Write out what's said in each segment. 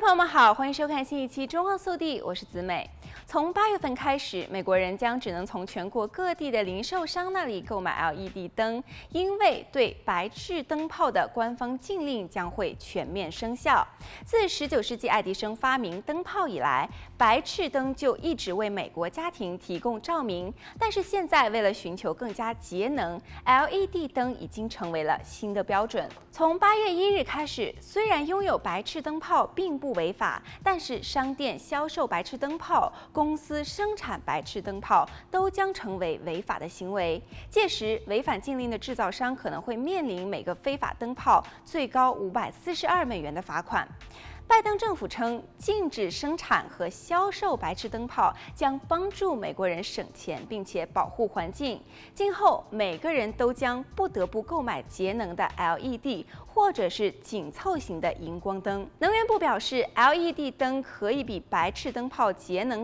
众朋友们好，欢迎收看新一期《中澳速递》，我是子美。从8月份开始，美国人将只能从全国各地的零售商那里购买 LED 灯，因为对白炽灯泡的官方禁令将会全面生效。自19世纪爱迪生发明灯泡以来，白炽灯就一直为美国家庭提供照明，但是现在为了寻求更加节能 ，LED 灯已经成为了新的标准。从8月1日开始，虽然拥有白炽灯泡并不违法，但是商店销售白炽灯泡、公司生产白炽灯泡都将成为违法的行为。届时，违反禁令的制造商可能会面临每个非法灯泡最高542美元的罚款。拜登政府称，禁止生产和销售白炽灯泡将帮助美国人省钱，并且保护环境。今后，每个人都将不得不购买节能的 LED 或者是紧凑型的荧光灯。能源部表示 ，LED 灯可以比白炽灯泡节能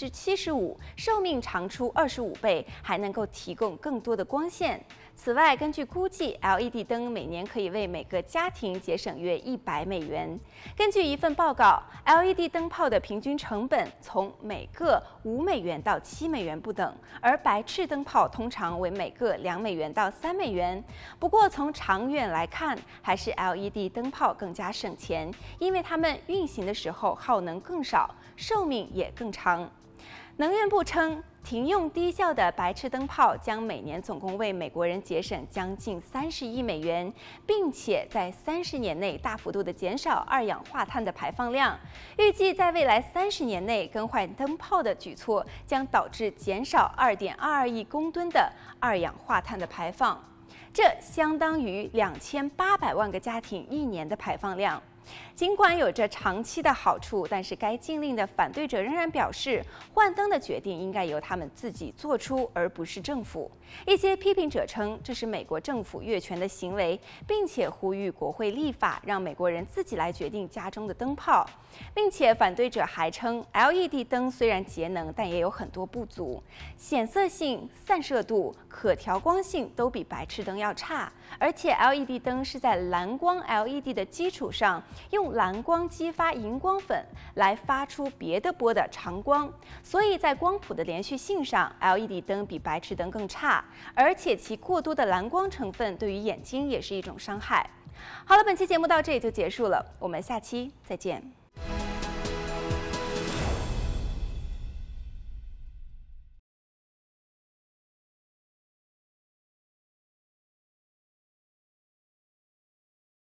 75%，寿命长出25倍，还能够提供更多的光线。此外，根据估计 ，LED 灯每年可以为每个家庭节省约100美元。根据一份报告 ，LED 灯泡的平均成本从每个5美元到7美元不等，而白炽灯泡通常为每个2美元到3美元。不过，从长远来看，还是 LED 灯泡更加省钱，因为它们运行的时候耗能更少，寿命也更长。能源部称，停用低效的白炽灯泡将每年总共为美国人节省将近30亿美元，并且在30年内大幅度的减少二氧化碳的排放量。预计在未来30年内，更换灯泡的举措将导致减少2.22亿公吨的二氧化碳的排放，这相当于2800万个家庭1年的排放量。尽管有着长期的好处，但是该禁令的反对者仍然表示，换灯的决定应该由他们自己做出，而不是政府。一些批评者称，这是美国政府越权的行为，并且呼吁国会立法，让美国人自己来决定家中的灯泡。并且反对者还称 ，LED 灯虽然节能，但也有很多不足，显色性、散射度、可调光性都比白炽灯要差，而且 LED 灯是在蓝光 LED 的基础上，用蓝光激发荧光粉来发出别的波的长光，所以在光谱的连续性上 ，LED 灯比白炽灯更差，而且其过多的蓝光成分对于眼睛也是一种伤害。好了，本期节目到这里就结束了，我们下期再见。